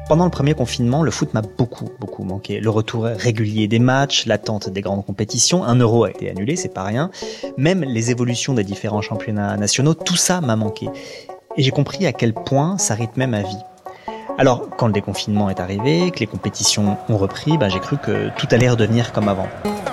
Pendant le premier confinement, le foot m'a beaucoup manqué. Le retour régulier des matchs, l'attente des grandes compétitions, un Euro a été annulé, c'est pas rien. Même les évolutions des différents championnats nationaux, tout ça m'a manqué. Et j'ai compris à quel point ça rythmait ma vie. Alors, quand le déconfinement est arrivé, que les compétitions ont repris, j'ai cru que tout allait redevenir comme avant.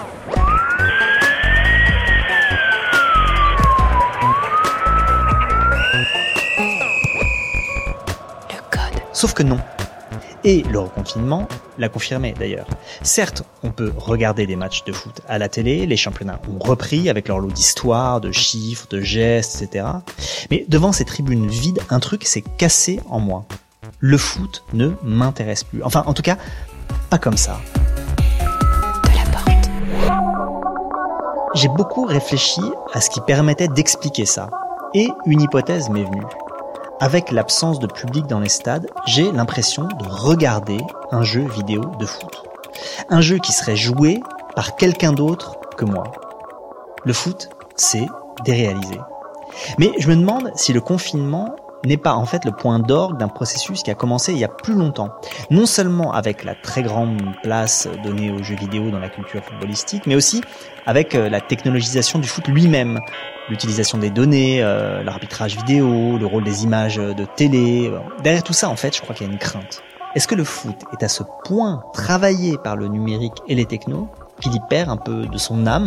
Sauf que non. Et le reconfinement l'a confirmé d'ailleurs. Certes, on peut regarder des matchs de foot à la télé, les championnats ont repris avec leur lot d'histoires, de chiffres, de gestes, etc. Mais devant ces tribunes vides, un truc s'est cassé en moi. Le foot ne m'intéresse plus. Enfin, en tout cas, pas comme ça. De la porte. J'ai beaucoup réfléchi à ce qui permettait d'expliquer ça. Et une hypothèse m'est venue. Avec l'absence de public dans les stades, j'ai l'impression de regarder un jeu vidéo de foot. Un jeu qui serait joué par quelqu'un d'autre que moi. Le foot, c'est déréalisé. Mais je me demande si le confinement n'est pas en fait le point d'orgue d'un processus qui a commencé il y a plus longtemps. Non seulement avec la très grande place donnée aux jeux vidéo dans la culture footballistique, mais aussi avec la technologisation du foot lui-même. L'utilisation des données, l'arbitrage vidéo, le rôle des images de télé. Derrière tout ça, en fait, je crois qu'il y a une crainte. Est-ce que le foot est à ce point travaillé par le numérique et les technos qu'il y perd un peu de son âme ?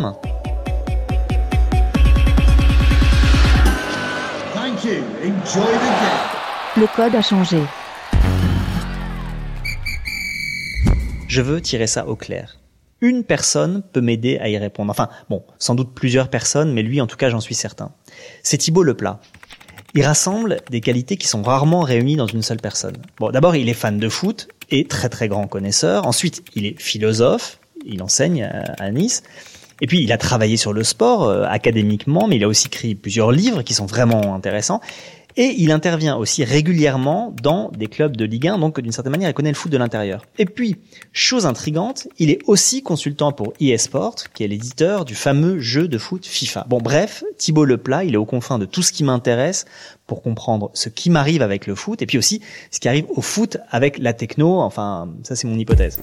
Le code a changé. Je veux tirer ça au clair. Une personne peut m'aider à y répondre. Enfin, sans doute plusieurs personnes, mais lui, en tout cas, j'en suis certain. C'est Thibaut Leplat. Il rassemble des qualités qui sont rarement réunies dans une seule personne. D'abord, il est fan de foot et très très grand connaisseur. Ensuite, il est philosophe. Il enseigne à Nice. Et puis, il a travaillé sur le sport académiquement, mais il a aussi écrit plusieurs livres qui sont vraiment intéressants. Et il intervient aussi régulièrement dans des clubs de Ligue 1, donc d'une certaine manière, il connaît le foot de l'intérieur. Et puis, chose intrigante, il est aussi consultant pour eSport, qui est l'éditeur du fameux jeu de foot FIFA. Bref, Thibaut Leplat, il est aux confins de tout ce qui m'intéresse pour comprendre ce qui m'arrive avec le foot, et puis aussi ce qui arrive au foot avec la techno, enfin, ça c'est mon hypothèse.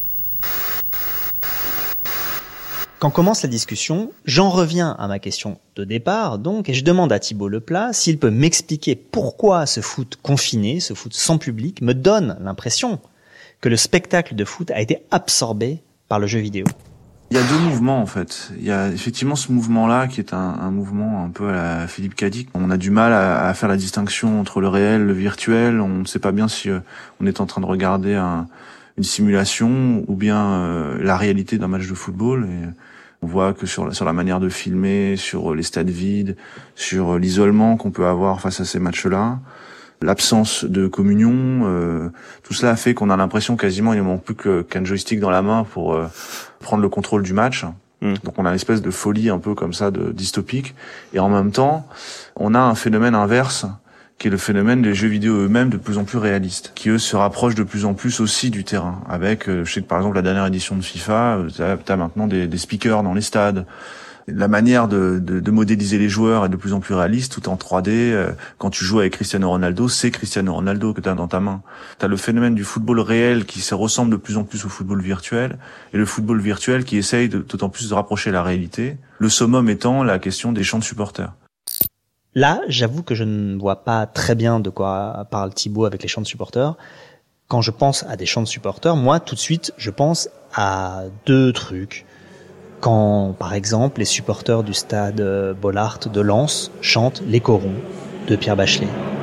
Quand commence la discussion, j'en reviens à ma question de départ, donc, et je demande à Thibaut Leplat s'il peut m'expliquer pourquoi ce foot confiné, ce foot sans public, me donne l'impression que le spectacle de foot a été absorbé par le jeu vidéo. Il y a deux mouvements en fait. Il y a effectivement ce mouvement-là qui est un mouvement un peu à la Philippe Cadic. On a du mal à faire la distinction entre le réel, le virtuel. On ne sait pas bien si on est en train de regarder une simulation ou bien la réalité d'un match de football. Et on voit que sur la manière de filmer, sur les stades vides, sur l'isolement qu'on peut avoir face à ces matchs-là, l'absence de communion, tout cela a fait qu'on a l'impression quasiment il ne manque plus qu'un joystick dans la main pour prendre le contrôle du match. Donc on a une espèce de folie un peu comme ça de dystopique. Et en même temps, on a un phénomène inverse qui est le phénomène des jeux vidéo eux-mêmes de plus en plus réalistes, qui eux se rapprochent de plus en plus aussi du terrain. Avec, je sais que par exemple la dernière édition de FIFA, t'as maintenant des speakers dans les stades. La manière de modéliser les joueurs est de plus en plus réaliste, tout en 3D. Quand tu joues avec Cristiano Ronaldo, c'est Cristiano Ronaldo que t'as dans ta main. T'as le phénomène du football réel qui se ressemble de plus en plus au football virtuel, et le football virtuel qui essaye d'autant plus de rapprocher la réalité. Le summum étant la question des chants de supporters. Là, j'avoue que je ne vois pas très bien de quoi parle Thibaut avec les chants de supporters. Quand je pense à des chants de supporters, moi, tout de suite, je pense à deux trucs. Quand, par exemple, les supporters du stade Bollaert de Lens chantent Les Corons de Pierre Bachelet.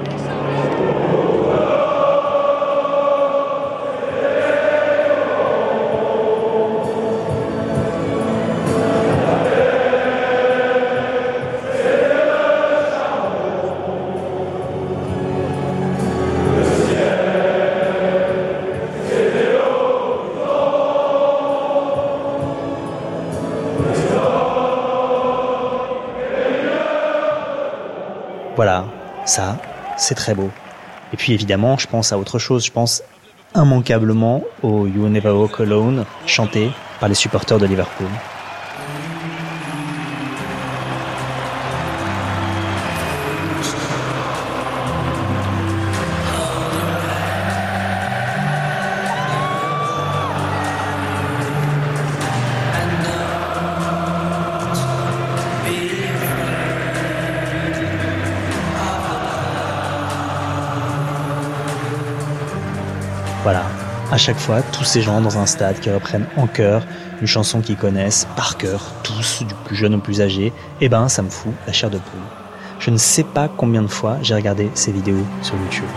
Voilà, ça, c'est très beau. Et puis évidemment, je pense à autre chose. Je pense immanquablement au You Never Walk Alone, chanté par les supporters de Liverpool. Voilà, à chaque fois, tous ces gens dans un stade qui reprennent en chœur une chanson qu'ils connaissent par cœur, tous, du plus jeune au plus âgé, eh ben ça me fout la chair de poule. Je ne sais pas combien de fois j'ai regardé ces vidéos sur YouTube.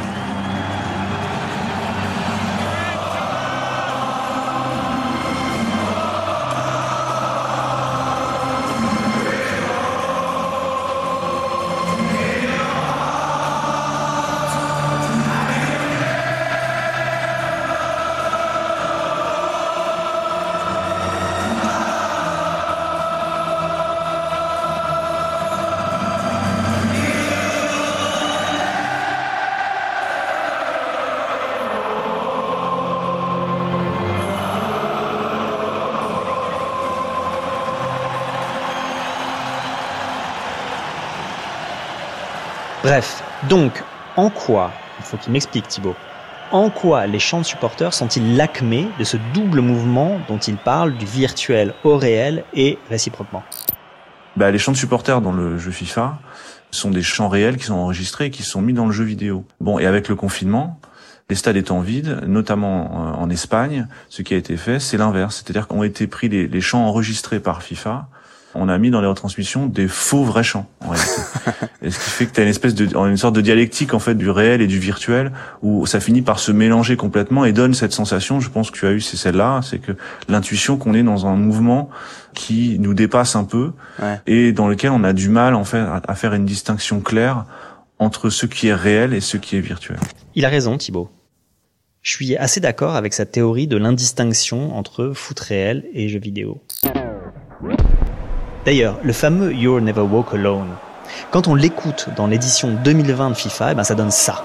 Bref, donc, en quoi, il faut qu'il m'explique Thibaut, en quoi les chants de supporters sont-ils l'acmé de ce double mouvement dont il parle du virtuel au réel et réciproquement? Les chants de supporters dans le jeu FIFA sont des chants réels qui sont enregistrés et qui sont mis dans le jeu vidéo. Bon, et avec le confinement, les stades étant vides, notamment en Espagne, ce qui a été fait, c'est l'inverse. C'est-à-dire qu'ont été pris les chants enregistrés par FIFA, on a mis dans les retransmissions des faux vrais chants, en réalité. Et ce qui fait que tu as une sorte de dialectique, en fait, du réel et du virtuel, où ça finit par se mélanger complètement et donne cette sensation, je pense que tu as eu, c'est celle-là, c'est que l'intuition qu'on est dans un mouvement qui nous dépasse un peu, ouais, et dans lequel on a du mal, en fait, à faire une distinction claire entre ce qui est réel et ce qui est virtuel. Il a raison, Thibaut. Je suis assez d'accord avec sa théorie de l'indistinction entre foot réel et jeux vidéo. D'ailleurs, le fameux You'll Never Walk Alone, quand on l'écoute dans l'édition 2020 de FIFA, ça donne ça.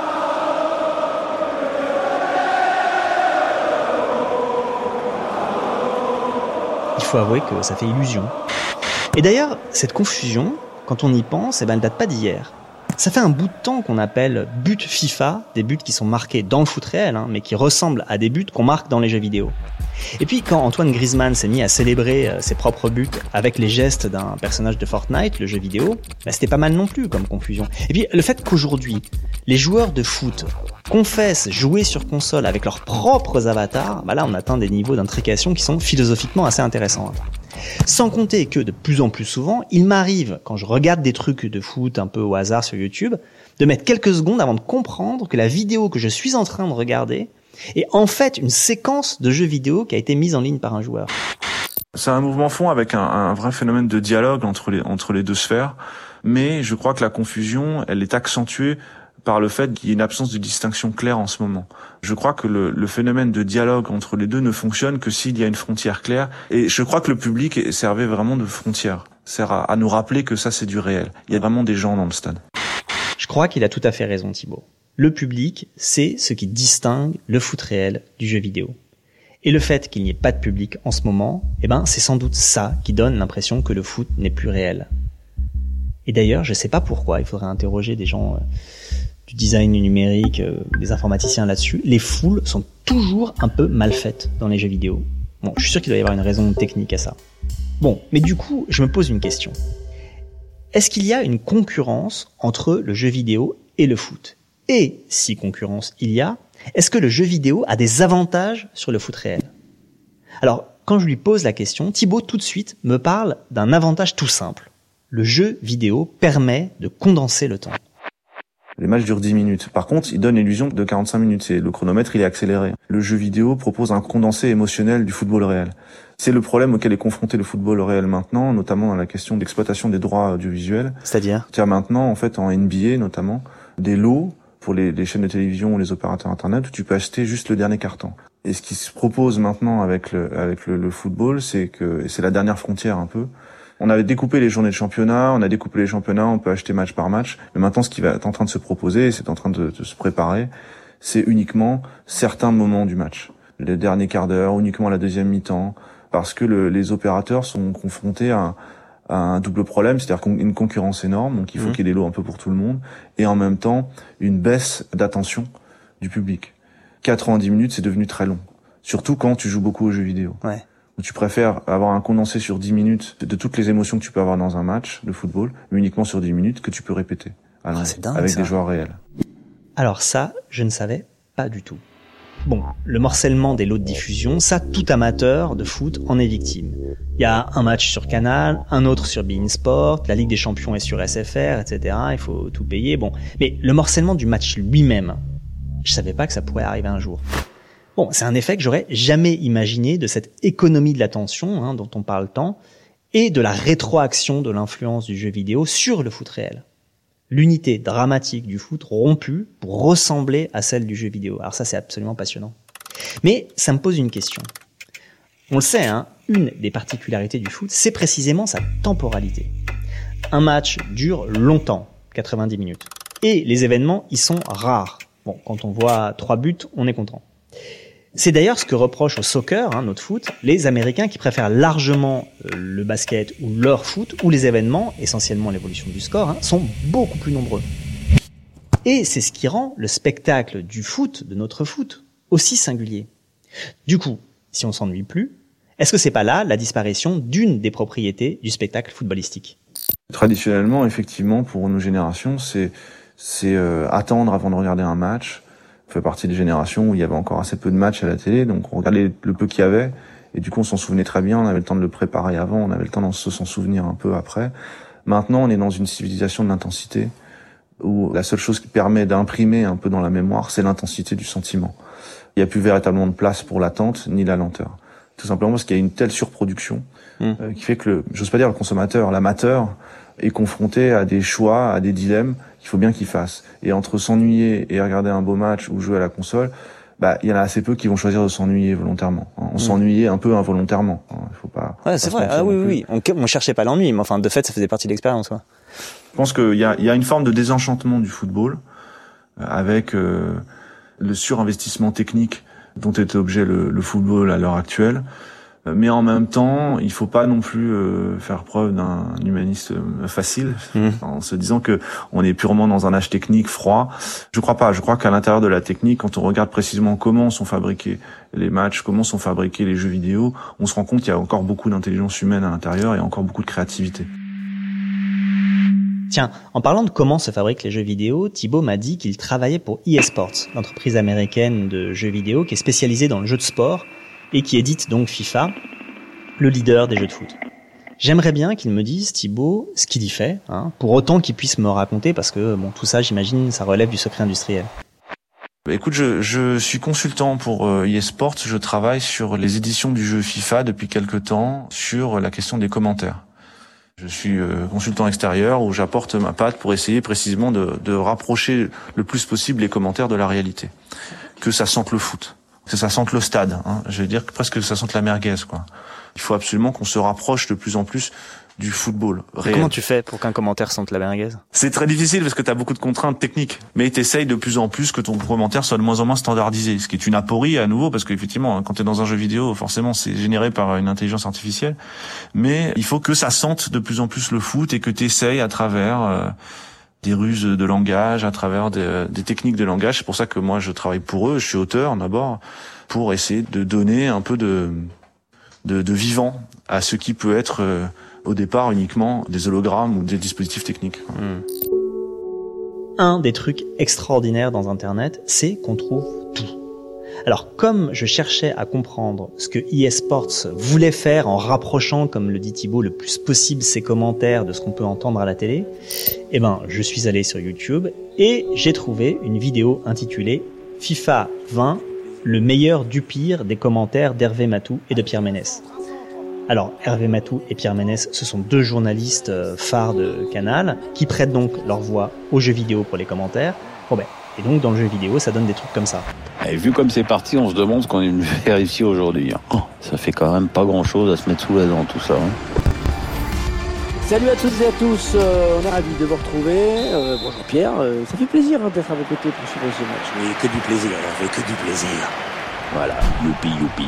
Il faut avouer que ça fait illusion. Et d'ailleurs, cette confusion, quand on y pense, elle date pas d'hier. Ça fait un bout de temps qu'on appelle buts FIFA, des buts qui sont marqués dans le foot réel, mais qui ressemblent à des buts qu'on marque dans les jeux vidéo. Et puis quand Antoine Griezmann s'est mis à célébrer ses propres buts avec les gestes d'un personnage de Fortnite, le jeu vidéo, c'était pas mal non plus comme confusion. Et puis le fait qu'aujourd'hui, les joueurs de foot confessent jouer sur console avec leurs propres avatars, là on atteint des niveaux d'intrication qui sont philosophiquement assez intéressants. Sans compter que de plus en plus souvent, il m'arrive, quand je regarde des trucs de foot un peu au hasard sur YouTube, de mettre quelques secondes avant de comprendre que la vidéo que je suis en train de regarder est en fait une séquence de jeu vidéo qui a été mise en ligne par un joueur. C'est un mouvement fond avec un vrai phénomène de dialogue entre les deux sphères, mais je crois que la confusion, elle est accentuée par le fait qu'il y ait une absence de distinction claire en ce moment. Je crois que le phénomène de dialogue entre les deux ne fonctionne que s'il y a une frontière claire, et je crois que le public servait vraiment de frontière, sert à nous rappeler que ça c'est du réel. Il y a vraiment des gens dans le stade. Je crois qu'il a tout à fait raison, Thibaut. Le public, c'est ce qui distingue le foot réel du jeu vidéo. Et le fait qu'il n'y ait pas de public en ce moment, c'est sans doute ça qui donne l'impression que le foot n'est plus réel. Et d'ailleurs, je sais pas pourquoi, il faudrait interroger des gens du design numérique, des informaticiens là-dessus. Les foules sont toujours un peu mal faites dans les jeux vidéo. Bon, je suis sûr qu'il doit y avoir une raison technique à ça. Bon, mais du coup, je me pose une question. Est-ce qu'il y a une concurrence entre le jeu vidéo et le foot ? Et si concurrence il y a, est-ce que le jeu vidéo a des avantages sur le foot réel ? Alors, quand je lui pose la question, Thibaut tout de suite me parle d'un avantage tout simple. Le jeu vidéo permet de condenser le temps. Les matchs durent 10 minutes. Par contre, il donne l'illusion de 45 minutes. Le chronomètre, il est accéléré. Le jeu vidéo propose un condensé émotionnel du football réel. C'est le problème auquel est confronté le football réel maintenant, notamment dans la question d'exploitation des droits audiovisuels. C'est-à-dire ? Il y a maintenant, en fait, en NBA notamment, des lots pour les chaînes de télévision ou les opérateurs internet où tu peux acheter juste le dernier carton. Et ce qui se propose maintenant avec le football, c'est que c'est la dernière frontière un peu. On avait découpé les journées de championnat, on a découpé les championnats, on peut acheter match par match. Mais maintenant, ce qui va être en train de se proposer, c'est en train de se préparer, c'est uniquement certains moments du match. Le dernier quart d'heure, uniquement la deuxième mi-temps, parce que les opérateurs sont confrontés à un double problème, c'est-à-dire une concurrence énorme, donc il faut qu'il y ait des lots un peu pour tout le monde, et en même temps, une baisse d'attention du public. 90 minutes, c'est devenu très long. Surtout quand tu joues beaucoup aux jeux vidéo. Ouais. Tu préfères avoir un condensé sur 10 minutes de toutes les émotions que tu peux avoir dans un match de football, mais uniquement sur 10 minutes que tu peux répéter c'est dingue, avec ça. Des joueurs réels. Alors ça, je ne savais pas du tout. Bon, le morcellement des lots de diffusion, ça, tout amateur de foot en est victime. Il y a un match sur Canal, un autre sur beIN Sport, la Ligue des Champions est sur SFR, etc. Il faut tout payer. Bon, mais le morcellement du match lui-même, je savais pas que ça pourrait arriver un jour. Bon, c'est un effet que j'aurais jamais imaginé de cette économie de l'attention dont on parle tant, et de la rétroaction de l'influence du jeu vidéo sur le foot réel. L'unité dramatique du foot rompue pour ressembler à celle du jeu vidéo. Alors ça, c'est absolument passionnant. Mais ça me pose une question. On le sait, une des particularités du foot, c'est précisément sa temporalité. Un match dure longtemps, 90 minutes. Et les événements, ils sont rares. Bon, quand on voit 3 buts, on est content. C'est d'ailleurs ce que reprochent au soccer, notre foot, les Américains qui préfèrent largement le basket ou leur foot, où les événements, essentiellement l'évolution du score, sont beaucoup plus nombreux. Et c'est ce qui rend le spectacle du foot, de notre foot, aussi singulier. Du coup, si on s'ennuie plus, est-ce que c'est pas là la disparition d'une des propriétés du spectacle footballistique ? Traditionnellement, effectivement, pour nos générations, c'est attendre avant de regarder un match. On fait partie des générations où il y avait encore assez peu de matchs à la télé, donc on regardait le peu qu'il y avait, et du coup on s'en souvenait très bien, on avait le temps de le préparer avant, on avait le temps de s'en souvenir un peu après. Maintenant, on est dans une civilisation de l'intensité, où la seule chose qui permet d'imprimer un peu dans la mémoire, c'est l'intensité du sentiment. Il n'y a plus véritablement de place pour l'attente, ni la lenteur. Tout simplement parce qu'il y a une telle surproduction, qui fait que, j'ose pas dire le consommateur, l'amateur, est confronté à des choix, à des dilemmes qu'il faut bien qu'il fasse. Et entre s'ennuyer et regarder un beau match ou jouer à la console, il y en a assez peu qui vont choisir de s'ennuyer volontairement. On s'ennuyait un peu involontairement. Il faut pas. Ouais, c'est vrai. Ah oui. On cherchait pas l'ennui, mais enfin, de fait, ça faisait partie de l'expérience, quoi. Je pense qu'il y a une forme de désenchantement du football, avec le surinvestissement technique dont est objet le football à l'heure actuelle. Mais en même temps, il faut pas non plus faire preuve d'un humanisme facile, en se disant que on est purement dans un âge technique froid. Je crois pas. Je crois qu'à l'intérieur de la technique, quand on regarde précisément comment sont fabriqués les matchs, comment sont fabriqués les jeux vidéo, on se rend compte qu'il y a encore beaucoup d'intelligence humaine à l'intérieur et encore beaucoup de créativité. Tiens, en parlant de comment se fabriquent les jeux vidéo, Thibaut m'a dit qu'il travaillait pour EA Sports, l'entreprise américaine de jeux vidéo qui est spécialisée dans le jeu de sport et qui édite donc FIFA, le leader des jeux de foot. J'aimerais bien qu'il me dise, Thibaut, ce qu'il y fait, pour autant qu'il puisse me raconter, parce que tout ça, j'imagine, ça relève du secret industriel. Écoute, je suis consultant pour EA Sports, je travaille sur les éditions du jeu FIFA depuis quelque temps, sur la question des commentaires. Je suis consultant extérieur où j'apporte ma patte pour essayer précisément de rapprocher le plus possible les commentaires de la réalité. Que ça sente le foot. Que ça sente le stade, je veux dire presque que ça sente la merguez, quoi. Il faut absolument qu'on se rapproche de plus en plus du football réel. Comment tu fais pour qu'un commentaire sente la merguez ? C'est très difficile parce que tu as beaucoup de contraintes techniques, mais t'essayes de plus en plus que ton commentaire soit de moins en moins standardisé, ce qui est une aporie à nouveau, parce qu'effectivement, quand tu es dans un jeu vidéo, forcément c'est généré par une intelligence artificielle, mais il faut que ça sente de plus en plus le foot et que tu essayes à travers des ruses de langage, à travers des techniques de langage. C'est pour ça que moi je travaille pour eux, je suis auteur d'abord, pour essayer de donner un peu de vivant à ce qui peut être au départ uniquement des hologrammes ou des dispositifs techniques. Un des trucs extraordinaires dans Internet, c'est qu'on trouve tout. Alors, comme je cherchais à comprendre ce que EA Sports voulait faire en rapprochant, comme le dit Thibaut, le plus possible ses commentaires de ce qu'on peut entendre à la télé, je suis allé sur YouTube et j'ai trouvé une vidéo intitulée FIFA 20, le meilleur du pire des commentaires d'Hervé Matou et de Pierre Ménès. Alors, Hervé Matou et Pierre Ménès, ce sont deux journalistes phares de Canal qui prêtent donc leur voix aux jeux vidéo pour les commentaires. Et donc, dans le jeu vidéo, ça donne des trucs comme ça. Et vu comme c'est parti, on se demande ce qu'on est venu faire ici aujourd'hui. Ça fait quand même pas grand-chose à se mettre sous la dent, tout ça. Salut à toutes et à tous, on est ravis de vous retrouver. Bonjour Pierre, ça fait plaisir d'être à vos côtés pour suivre ce match. Oui, que du plaisir, que du plaisir. Voilà, youpi.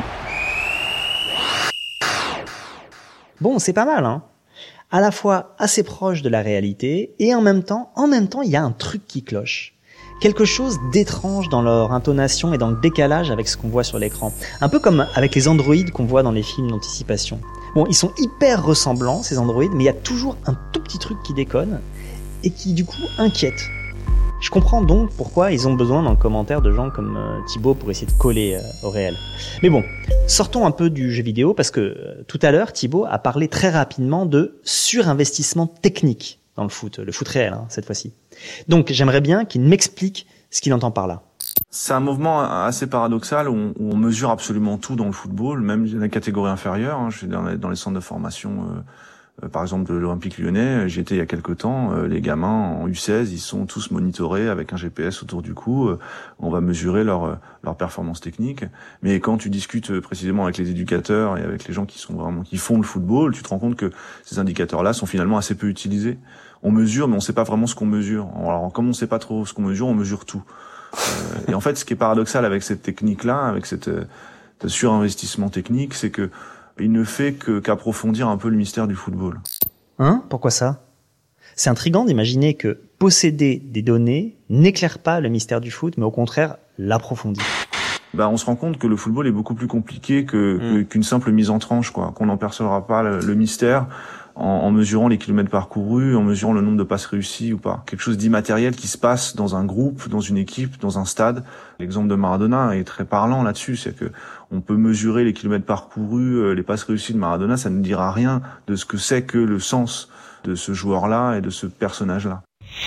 Bon, c'est pas mal, À la fois assez proche de la réalité et en même temps, il y a un truc qui cloche. Quelque chose d'étrange dans leur intonation et dans le décalage avec ce qu'on voit sur l'écran. Un peu comme avec les androïdes qu'on voit dans les films d'anticipation. Bon, ils sont hyper ressemblants, ces androïdes, mais il y a toujours un tout petit truc qui déconne et qui, du coup, inquiète. Je comprends donc pourquoi ils ont besoin dans le commentaire de gens comme Thibaut pour essayer de coller au réel. Mais bon, sortons un peu du jeu vidéo parce que tout à l'heure, Thibaut a parlé très rapidement de surinvestissement technique dans le foot réel cette fois-ci. Donc j'aimerais bien qu'il m'explique ce qu'il entend par là. C'est un mouvement assez paradoxal où on mesure absolument tout dans le football, même dans les catégories inférieures. Je suis dans les centres de formation, par exemple de l'Olympique Lyonnais. J'y étais il y a quelques temps. Les gamins en U16, ils sont tous monitorés avec un GPS autour du cou. On va mesurer leur performance technique. Mais quand tu discutes précisément avec les éducateurs et avec les gens qui font le football, tu te rends compte que ces indicateurs-là sont finalement assez peu utilisés. On mesure, mais on sait pas vraiment ce qu'on mesure. Alors, comme on sait pas trop ce qu'on mesure, on mesure tout. Et en fait, ce qui est paradoxal avec cette technique-là, avec ce surinvestissement technique, c'est que il ne fait qu'approfondir un peu le mystère du football. Pourquoi ça ? C'est intriguant d'imaginer que posséder des données n'éclaire pas le mystère du foot, mais au contraire l'approfondit. On se rend compte que le football est beaucoup plus compliqué qu'une simple mise en tranche, quoi. Qu'on n'en percevra pas le mystère en mesurant les kilomètres parcourus, en mesurant le nombre de passes réussies ou pas. Quelque chose d'immatériel qui se passe dans un groupe, dans une équipe, dans un stade. L'exemple de Maradona est très parlant là-dessus. C'est que on peut mesurer les kilomètres parcourus, les passes réussies de Maradona, ça ne dira rien de ce que c'est que le sens de ce joueur-là et de ce personnage-là.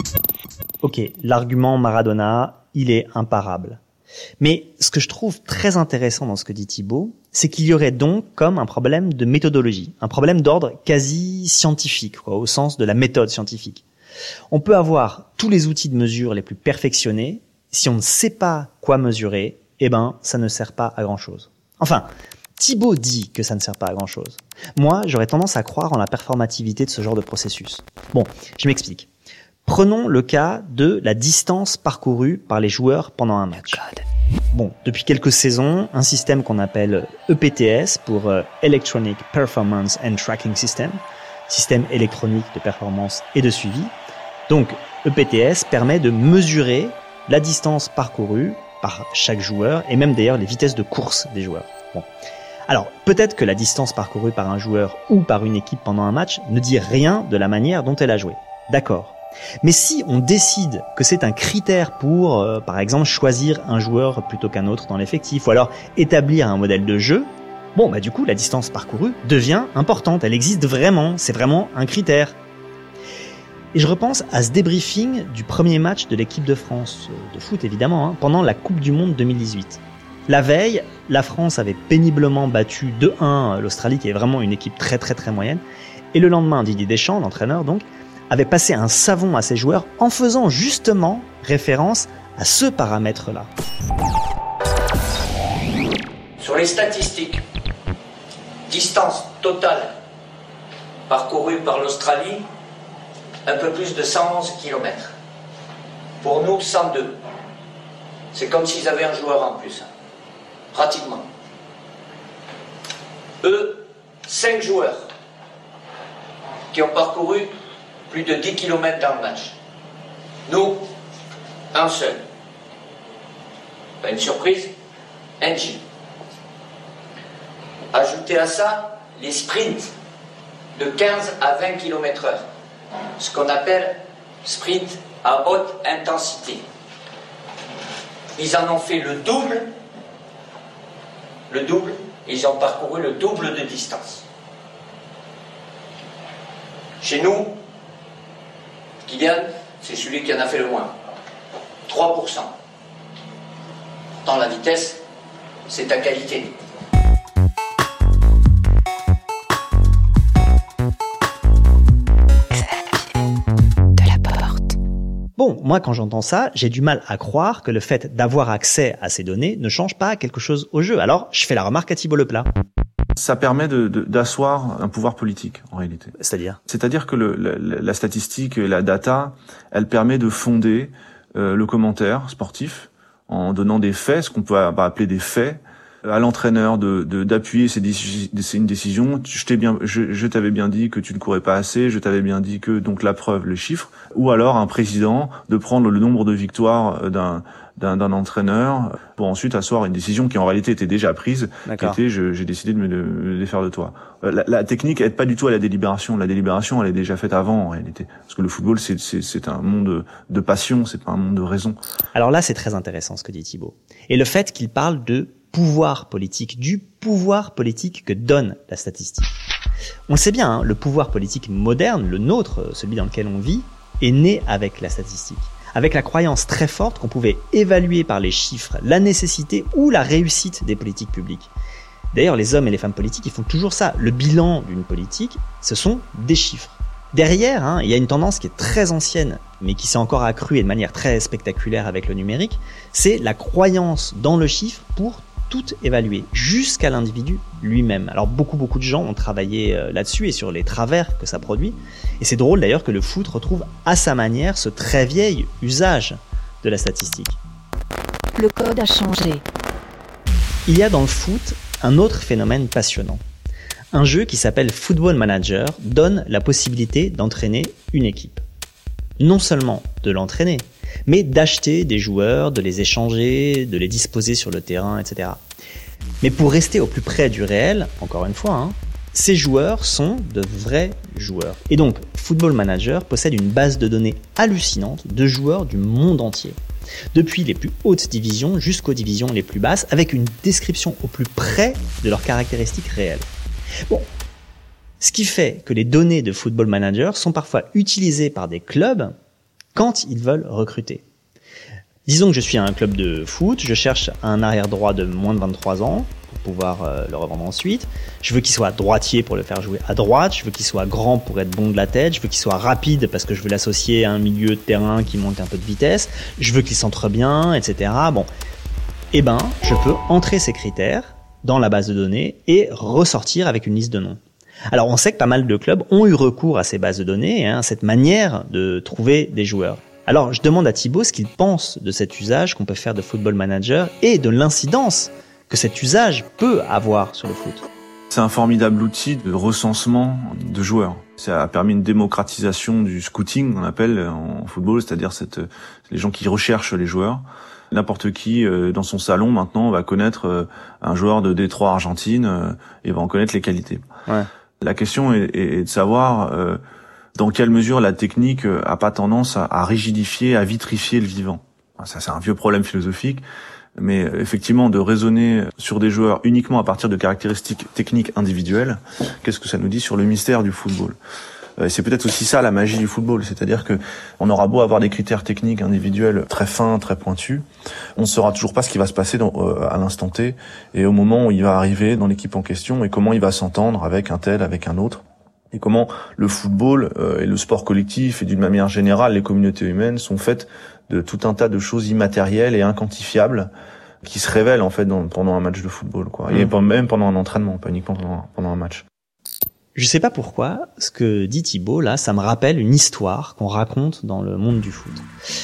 Ok, l'argument Maradona, il est imparable. Mais ce que je trouve très intéressant dans ce que dit Thibaut, c'est qu'il y aurait donc comme un problème de méthodologie, un problème d'ordre quasi scientifique, au sens de la méthode scientifique. On peut avoir tous les outils de mesure les plus perfectionnés, si on ne sait pas quoi mesurer, ça ne sert pas à grand-chose. Enfin, Thibaut dit que ça ne sert pas à grand-chose. Moi, j'aurais tendance à croire en la performativité de ce genre de processus. Bon, je m'explique. Prenons le cas de la distance parcourue par les joueurs pendant un match. Bon, depuis quelques saisons, un système qu'on appelle EPTS pour Electronic Performance and Tracking System, système électronique de performance et de suivi. Donc, EPTS permet de mesurer la distance parcourue par chaque joueur et même d'ailleurs les vitesses de course des joueurs. Bon. Alors, peut-être que la distance parcourue par un joueur ou par une équipe pendant un match ne dit rien de la manière dont elle a joué. D'accord. Mais si on décide que c'est un critère pour, par exemple, choisir un joueur plutôt qu'un autre dans l'effectif, ou alors établir un modèle de jeu, du coup, la distance parcourue devient importante. Elle existe vraiment. C'est vraiment un critère. Et je repense à ce débriefing du premier match de l'équipe de France, de foot évidemment, pendant la Coupe du Monde 2018. La veille, la France avait péniblement battu 2-1 l'Australie, qui est vraiment une équipe très très très moyenne. Et le lendemain, Didier Deschamps, l'entraîneur donc, avait passé un savon à ses joueurs en faisant justement référence à ce paramètre-là. Sur les statistiques, distance totale parcourue par l'Australie, un peu plus de 111 km. Pour nous, 102. C'est comme s'ils avaient un joueur en plus. Pratiquement. Eux, 5 joueurs qui ont parcouru plus de 10 km dans le match. Nous, un seul. Pas une surprise, NG. Ajoutez à ça les sprints de 15 à 20 km/h. Ce qu'on appelle sprint à haute intensité. Ils en ont fait le double, ils ont parcouru le double de distance. Chez nous, Kylian, c'est celui qui en a fait le moins. 3%. Pourtant, la vitesse, c'est ta qualité. Bon, moi quand j'entends ça, j'ai du mal à croire que le fait d'avoir accès à ces données ne change pas quelque chose au jeu. Alors, je fais la remarque à Thibaut Leplat. Ça permet d'asseoir un pouvoir politique, en réalité. C'est-à-dire que la statistique et la data, elle permet de fonder le commentaire sportif en donnant des faits, ce qu'on peut appeler des faits, à l'entraîneur d'appuyer c'est une décision. Je t'avais bien dit que tu ne courais pas assez, je t'avais bien dit que, donc la preuve, le chiffre, ou alors un président de prendre le nombre de victoires d'un entraîneur pour ensuite asseoir une décision qui en réalité était déjà prise, qui était j'ai décidé de me défaire de toi. La technique aide pas du tout à la délibération. La délibération, elle est déjà faite avant en réalité, parce que le football c'est un monde de passion, c'est pas un monde de raison. Alors là, c'est très intéressant ce que dit Thibaut. Et le fait qu'il parle de pouvoir politique, du pouvoir politique que donne la statistique. On le sait bien, hein, le pouvoir politique moderne, le nôtre, celui dans lequel on vit, est né avec la statistique. Avec la croyance très forte qu'on pouvait évaluer par les chiffres la nécessité ou la réussite des politiques publiques. D'ailleurs, les hommes et les femmes politiques, ils font toujours ça. Le bilan d'une politique, ce sont des chiffres. Derrière, hein, il y a une tendance qui est très ancienne, mais qui s'est encore accrue et de manière très spectaculaire avec le numérique, c'est la croyance dans le chiffre pour tout évaluer, jusqu'à l'individu lui-même. Alors beaucoup de gens ont travaillé là-dessus et sur les travers que ça produit. Et c'est drôle d'ailleurs que le foot retrouve à sa manière ce très vieil usage de la statistique. Le code a changé. Il y a dans le foot un autre phénomène passionnant. Un jeu qui s'appelle Football Manager donne la possibilité d'entraîner une équipe. Non seulement de l'entraîner, mais d'acheter des joueurs, de les échanger, de les disposer sur le terrain, etc. Mais pour rester au plus près du réel, encore une fois, hein, ces joueurs sont de vrais joueurs. Et donc, Football Manager possède une base de données hallucinante de joueurs du monde entier. Depuis les plus hautes divisions jusqu'aux divisions les plus basses, avec une description au plus près de leurs caractéristiques réelles. Bon, ce qui fait que les données de Football Manager sont parfois utilisées par des clubs quand ils veulent recruter. Disons que je suis un club de foot, je cherche un arrière droit de moins de 23 ans pour pouvoir le revendre ensuite. Je veux qu'il soit droitier pour le faire jouer à droite, je veux qu'il soit grand pour être bon de la tête, je veux qu'il soit rapide parce que je veux l'associer à un milieu de terrain qui monte un peu de vitesse, je veux qu'il centre bien, etc. Bon, eh ben, je peux entrer ces critères dans la base de données et ressortir avec une liste de noms. Alors on sait que pas mal de clubs ont eu recours à ces bases de données, hein, cette manière de trouver des joueurs. Alors je demande à Thibaut ce qu'il pense de cet usage qu'on peut faire de Football Manager et de l'incidence que cet usage peut avoir sur le foot. C'est un formidable outil de recensement de joueurs. Ça a permis une démocratisation du scouting, on appelle en football, c'est-à-dire les gens qui recherchent les joueurs. N'importe qui dans son salon maintenant va connaître un joueur de Détroit Argentine et va en connaître les qualités. Ouais. La question est de savoir dans quelle mesure la technique a pas tendance à rigidifier, à vitrifier le vivant. Ça, c'est un vieux problème philosophique, mais effectivement, de raisonner sur des joueurs uniquement à partir de caractéristiques techniques individuelles, qu'est-ce que ça nous dit sur le mystère du football ? C'est peut-être aussi ça la magie du football, c'est-à-dire que on aura beau avoir des critères techniques individuels très fins, très pointus, on ne saura toujours pas ce qui va se passer à l'instant T et au moment où il va arriver dans l'équipe en question et comment il va s'entendre avec un tel, avec un autre. Et comment le football et le sport collectif et d'une manière générale les communautés humaines sont faites de tout un tas de choses immatérielles et inquantifiables qui se révèlent en fait pendant un match de football, quoi. Et même pendant un entraînement, pas uniquement pendant un match. Je sais pas pourquoi, ce que dit Thibaut là, ça me rappelle une histoire qu'on raconte dans le monde du foot.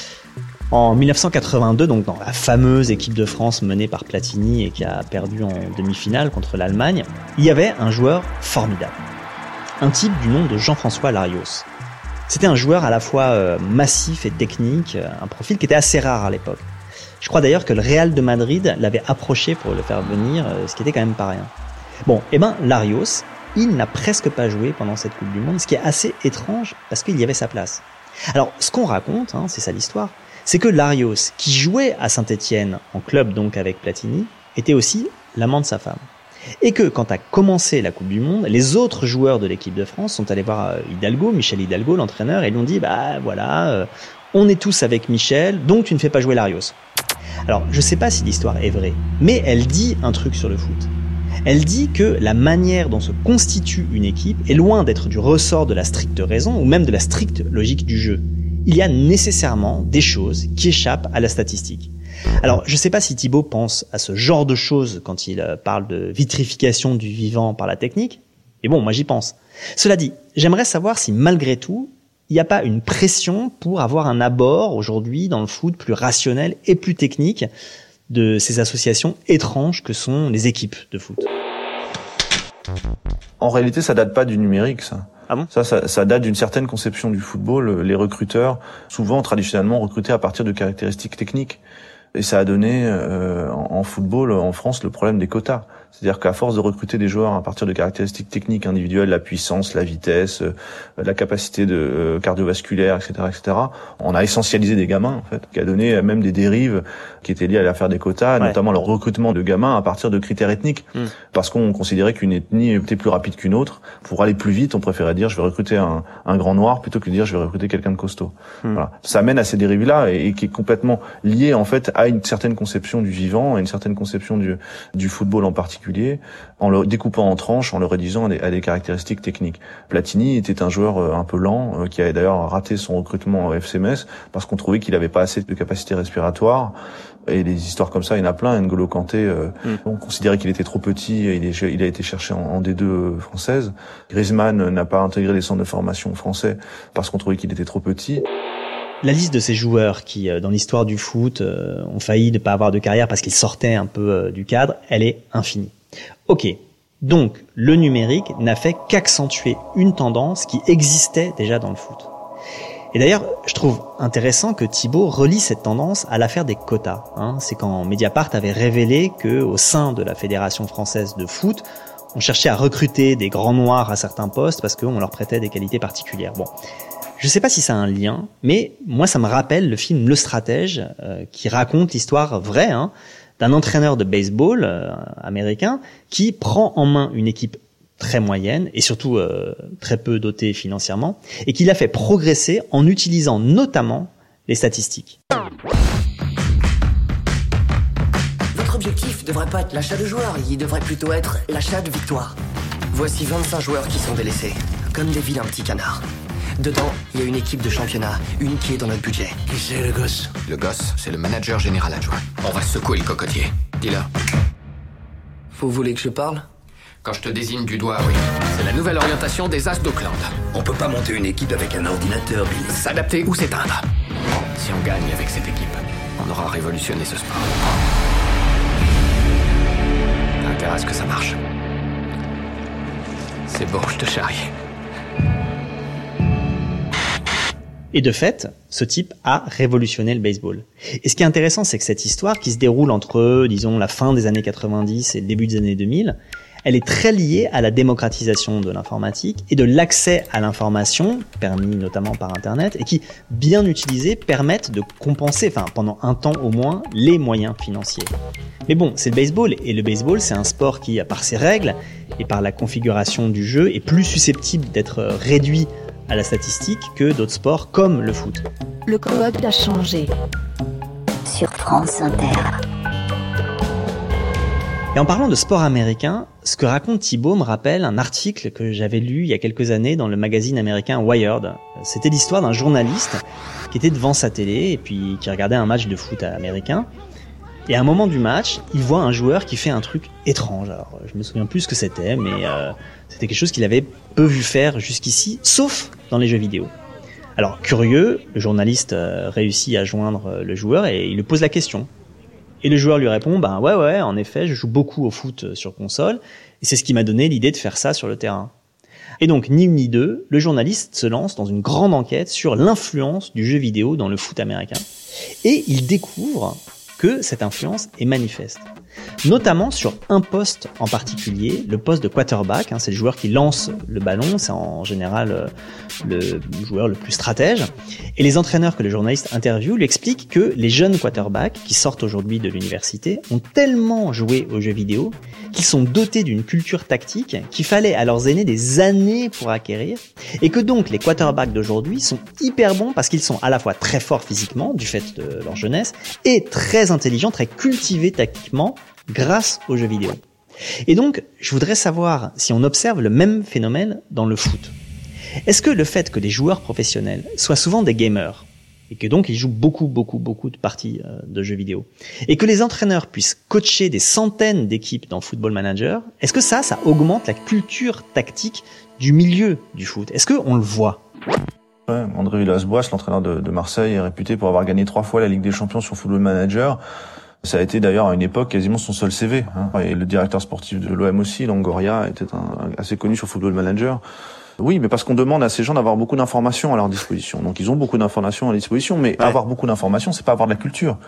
En 1982, donc dans la fameuse équipe de France menée par Platini et qui a perdu en demi-finale contre l'Allemagne, il y avait un joueur formidable. Un type du nom de Jean-François Larios. C'était un joueur à la fois massif et technique, un profil qui était assez rare à l'époque. Je crois d'ailleurs que le Real de Madrid l'avait approché pour le faire venir, ce qui était quand même pas rien. Bon, eh ben Larios, il n'a presque pas joué pendant cette Coupe du Monde, ce qui est assez étrange parce qu'il y avait sa place. Alors, ce qu'on raconte, hein, c'est ça l'histoire, c'est que Larios, qui jouait à Saint-Étienne, en club donc avec Platini, était aussi l'amant de sa femme. Et que quand a commencé la Coupe du Monde, les autres joueurs de l'équipe de France sont allés voir Hidalgo, Michel Hidalgo, l'entraîneur, et lui ont dit « Bah voilà, on est tous avec Michel, donc tu ne fais pas jouer Larios. » Alors, je sais pas si l'histoire est vraie, mais elle dit un truc sur le foot. Elle dit que la manière dont se constitue une équipe est loin d'être du ressort de la stricte raison ou même de la stricte logique du jeu. Il y a nécessairement des choses qui échappent à la statistique. Alors, je sais pas si Thibaut pense à ce genre de choses quand il parle de vitrification du vivant par la technique, mais bon, moi j'y pense. Cela dit, j'aimerais savoir si malgré tout, il n'y a pas une pression pour avoir un abord aujourd'hui dans le foot plus rationnel et plus technique de ces associations étranges que sont les équipes de foot. En réalité, ça date pas du numérique, ça. Ah bon ? Ça date d'une certaine conception du football. Les recruteurs, souvent, traditionnellement, recrutaient à partir de caractéristiques techniques. Et ça a donné en football, en France, le problème des quotas. C'est-à-dire qu'à force de recruter des joueurs à partir de caractéristiques techniques individuelles, la puissance, la vitesse, la capacité de cardiovasculaire, etc., on a essentialisé des gamins, en fait, qui a donné même des dérives qui étaient liées à l'affaire des quotas, notamment le recrutement de gamins à partir de critères ethniques, parce qu'on considérait qu'une ethnie était plus rapide qu'une autre. Pour aller plus vite, on préférait dire je vais recruter un grand noir plutôt que de dire je vais recruter quelqu'un de costaud. Voilà. Ça mène à ces dérives-là et qui est complètement lié en fait à une certaine conception du vivant, à une certaine conception du football en particulier, en le découpant en tranches, en le réduisant à des caractéristiques techniques. Platini était un joueur un peu lent, qui avait d'ailleurs raté son recrutement au FC Metz parce qu'on trouvait qu'il avait pas assez de capacité respiratoire. Et des histoires comme ça, il y en a plein. N'Golo Kanté, on considérait qu'il était trop petit, il a été cherché en D2 française. Griezmann n'a pas intégré les centres de formation français parce qu'on trouvait qu'il était trop petit. La liste de ces joueurs qui, dans l'histoire du foot, ont failli ne pas avoir de carrière parce qu'ils sortaient un peu du cadre, elle est infinie. Ok, donc le numérique n'a fait qu'accentuer une tendance qui existait déjà dans le foot. Et d'ailleurs, je trouve intéressant que Thibaut relie cette tendance à l'affaire des quotas. C'est quand Mediapart avait révélé que, au sein de la Fédération française de foot, on cherchait à recruter des grands noirs à certains postes parce qu'on leur prêtait des qualités particulières. Bon. Je sais pas si ça a un lien, mais moi ça me rappelle le film Le Stratège qui raconte l'histoire vraie d'un entraîneur de baseball américain qui prend en main une équipe très moyenne et surtout très peu dotée financièrement et qui l'a fait progresser en utilisant notamment les statistiques. Votre objectif devrait pas être l'achat de joueurs, il devrait plutôt être l'achat de victoires. Voici 25 joueurs qui sont délaissés, comme des vilains petits canards. Dedans, il y a une équipe de championnat, une qui est dans notre budget. Qui c'est le gosse? Le gosse, c'est le manager général adjoint. On va secouer le cocotier. Dis-leur. Vous voulez que je parle? Quand je te désigne du doigt, oui. C'est la nouvelle orientation des As d'Auckland. On peut pas monter une équipe avec un ordinateur, Bill. S'adapter ou s'éteindre. Si on gagne avec cette équipe, on aura révolutionné ce sport. T'as intérêt à ce que ça marche. C'est bon, je te charrie. Et de fait, ce type a révolutionné le baseball. Et ce qui est intéressant, c'est que cette histoire qui se déroule entre, disons, la fin des années 90 et le début des années 2000, elle est très liée à la démocratisation de l'informatique et de l'accès à l'information, permis notamment par Internet, et qui, bien utilisés, permettent de compenser, pendant un temps au moins, les moyens financiers. Mais bon, c'est le baseball, et le baseball, c'est un sport qui, par ses règles et par la configuration du jeu, est plus susceptible d'être réduit à la statistique que d'autres sports comme le foot. Le code a changé. Sur France Inter. Et en parlant de sport américain, ce que raconte Thibaut me rappelle un article que j'avais lu il y a quelques années dans le magazine américain Wired. C'était l'histoire d'un journaliste qui était devant sa télé et puis qui regardait un match de foot américain. Et à un moment du match, il voit un joueur qui fait un truc étrange. Alors, je me souviens plus ce que c'était, mais c'était quelque chose qu'il avait peu vu faire jusqu'ici, sauf dans les jeux vidéo. Alors, curieux, le journaliste réussit à joindre le joueur et il lui pose la question. Et le joueur lui répond, ouais, en effet, je joue beaucoup au foot sur console, et c'est ce qui m'a donné l'idée de faire ça sur le terrain. Et donc, ni une ni deux, le journaliste se lance dans une grande enquête sur l'influence du jeu vidéo dans le foot américain. Et il découvre que cette influence est manifeste. Notamment sur un poste en particulier, le poste de quarterback, c'est le joueur qui lance le ballon, c'est en général le joueur le plus stratège. Et les entraîneurs que le journaliste interviewe lui expliquent que les jeunes quarterbacks qui sortent aujourd'hui de l'université ont tellement joué aux jeux vidéo qu'ils sont dotés d'une culture tactique qu'il fallait à leurs aînés des années pour acquérir, et que donc les quarterbacks d'aujourd'hui sont hyper bons parce qu'ils sont à la fois très forts physiquement, du fait de leur jeunesse, et très intelligents, très cultivés tactiquement, grâce aux jeux vidéo. Et donc, je voudrais savoir si on observe le même phénomène dans le foot. Est-ce que le fait que des joueurs professionnels soient souvent des gamers, et que donc ils jouent beaucoup de parties de jeux vidéo, et que les entraîneurs puissent coacher des centaines d'équipes dans Football Manager, est-ce que ça augmente la culture tactique du milieu du foot? Est-ce qu'on le voit? Ouais, André Villas-Boas, l'entraîneur de Marseille, est réputé pour avoir gagné 3 fois la Ligue des Champions sur Football Manager. Ça a été d'ailleurs à une époque quasiment son seul CV. Et le directeur sportif de l'OM aussi, Longoria, était assez connu sur Football Manager. Oui, mais parce qu'on demande à ces gens d'avoir beaucoup d'informations à leur disposition. Donc ils ont beaucoup d'informations à leur disposition, mais avoir beaucoup d'informations, c'est pas avoir de la culture.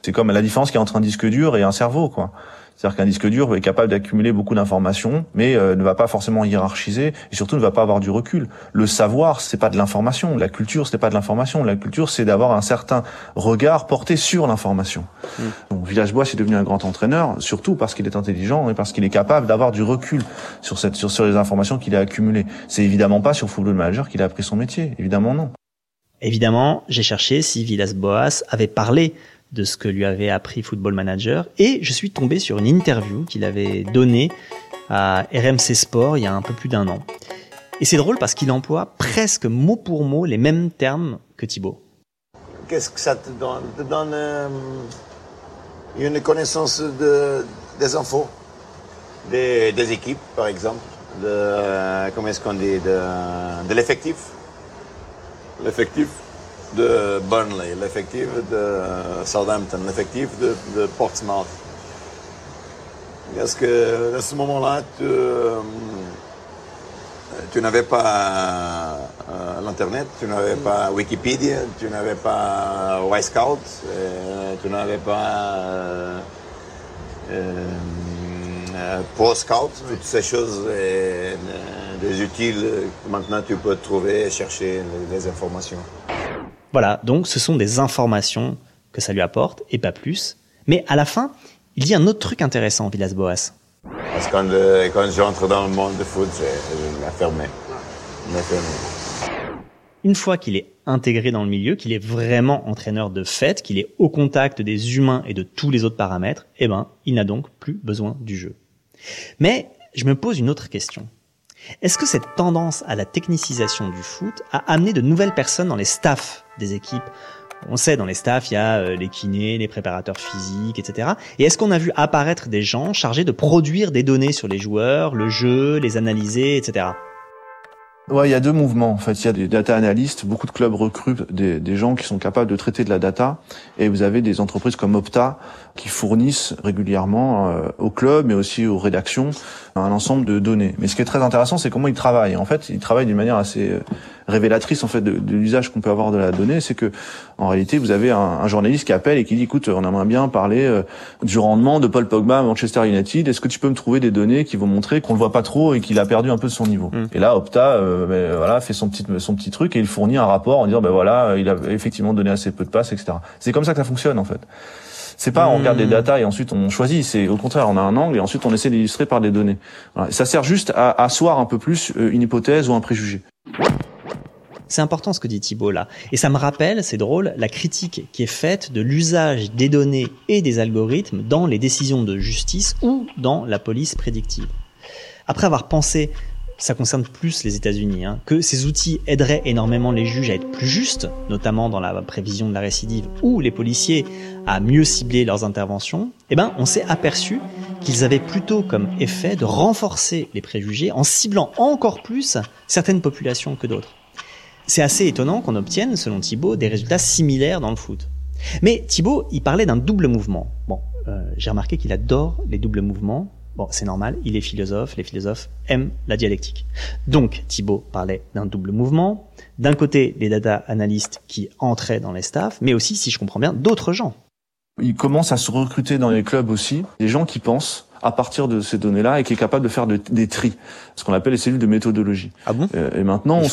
C'est comme la différence qu'il y a entre un disque dur et un cerveau, quoi. C'est-à-dire qu'un disque dur est capable d'accumuler beaucoup d'informations, mais ne va pas forcément hiérarchiser et surtout ne va pas avoir du recul. Le savoir, c'est pas de l'information. La culture, c'est pas de l'information. La culture, c'est d'avoir un certain regard porté sur l'information. Donc, Villas-Boas est devenu un grand entraîneur, surtout parce qu'il est intelligent et parce qu'il est capable d'avoir du recul sur les informations qu'il a accumulées. C'est évidemment pas sur Football Manager qu'il a appris son métier. Évidemment, non. Évidemment, j'ai cherché si Villas-Boas avait parlé de ce que lui avait appris Football Manager, et je suis tombé sur une interview qu'il avait donnée à RMC Sport il y a un peu plus d'1 an. Et c'est drôle parce qu'il emploie presque mot pour mot les mêmes termes que Thibaut. Qu'est-ce que ça te donne? Ça te donne une connaissance des infos, des équipes par exemple, comment est-ce qu'on dit, de l'effectif. L'effectif de Burnley, l'effectif de Southampton, l'effectif de Portsmouth. Est-ce que à ce moment-là, tu n'avais pas l'Internet, tu n'avais pas Wikipédia, tu n'avais pas Y-Scout, tu n'avais pas Pro Scout, toutes ces choses des utiles que maintenant tu peux trouver et chercher les informations. Voilà, donc ce sont des informations que ça lui apporte, et pas plus. Mais à la fin, il dit un autre truc intéressant, Villas-Boas. Parce que quand j'entre dans le monde de foot, je l'ai fermé. Une fois qu'il est intégré dans le milieu, qu'il est vraiment entraîneur de fait, qu'il est au contact des humains et de tous les autres paramètres, il n'a donc plus besoin du jeu. Mais je me pose une autre question. Est-ce que cette tendance à la technicisation du foot a amené de nouvelles personnes dans les staffs des équipes? On sait, dans les staffs, il y a les kinés, les préparateurs physiques, etc. Et est-ce qu'on a vu apparaître des gens chargés de produire des données sur les joueurs, le jeu, les analyser, etc.? Ouais, il y a deux mouvements. En fait, il y a des data analystes. Beaucoup de clubs recrutent des gens qui sont capables de traiter de la data. Et vous avez des entreprises comme Opta qui fournissent régulièrement aux clubs, mais aussi aux rédactions, un ensemble de données. Mais ce qui est très intéressant, c'est comment ils travaillent. En fait, ils travaillent d'une manière assez révélatrice en fait de l'usage qu'on peut avoir de la donnée. C'est que en réalité, vous avez un journaliste qui appelle et qui dit écoute, on aimerait bien parler du rendement de Paul Pogba à Manchester United. Est-ce que tu peux me trouver des données qui vont montrer qu'on le voit pas trop et qu'il a perdu un peu de son niveau? Et là, Opta fait son petit truc et il fournit un rapport en disant il a effectivement donné assez peu de passes, etc. C'est comme ça que ça fonctionne en fait. C'est pas on regarde des datas et ensuite on choisit, c'est au contraire, on a un angle et ensuite on essaie d'illustrer par des données. Voilà. Ça sert juste à asseoir un peu plus une hypothèse ou un préjugé. C'est important ce que dit Thibaut là. Et ça me rappelle, c'est drôle, la critique qui est faite de l'usage des données et des algorithmes dans les décisions de justice ou dans la police prédictive. Après avoir pensé, ça concerne plus les États-Unis, que ces outils aideraient énormément les juges à être plus justes, notamment dans la prévision de la récidive, ou les policiers à mieux cibler leurs interventions, on s'est aperçu qu'ils avaient plutôt comme effet de renforcer les préjugés en ciblant encore plus certaines populations que d'autres. C'est assez étonnant qu'on obtienne, selon Thibaut, des résultats similaires dans le foot. Mais Thibaut, il parlait d'un double mouvement. J'ai remarqué qu'il adore les doubles mouvements. C'est normal, il est philosophe, les philosophes aiment la dialectique. Donc, Thibaut parlait d'un double mouvement. D'un côté, les data analystes qui entraient dans les staffs, mais aussi, si je comprends bien, d'autres gens. Il commence à se recruter dans les clubs aussi, des gens qui pensent à partir de ces données-là et qui est capable de faire des tris, ce qu'on appelle les cellules de méthodologie. Ah bon? Et maintenant,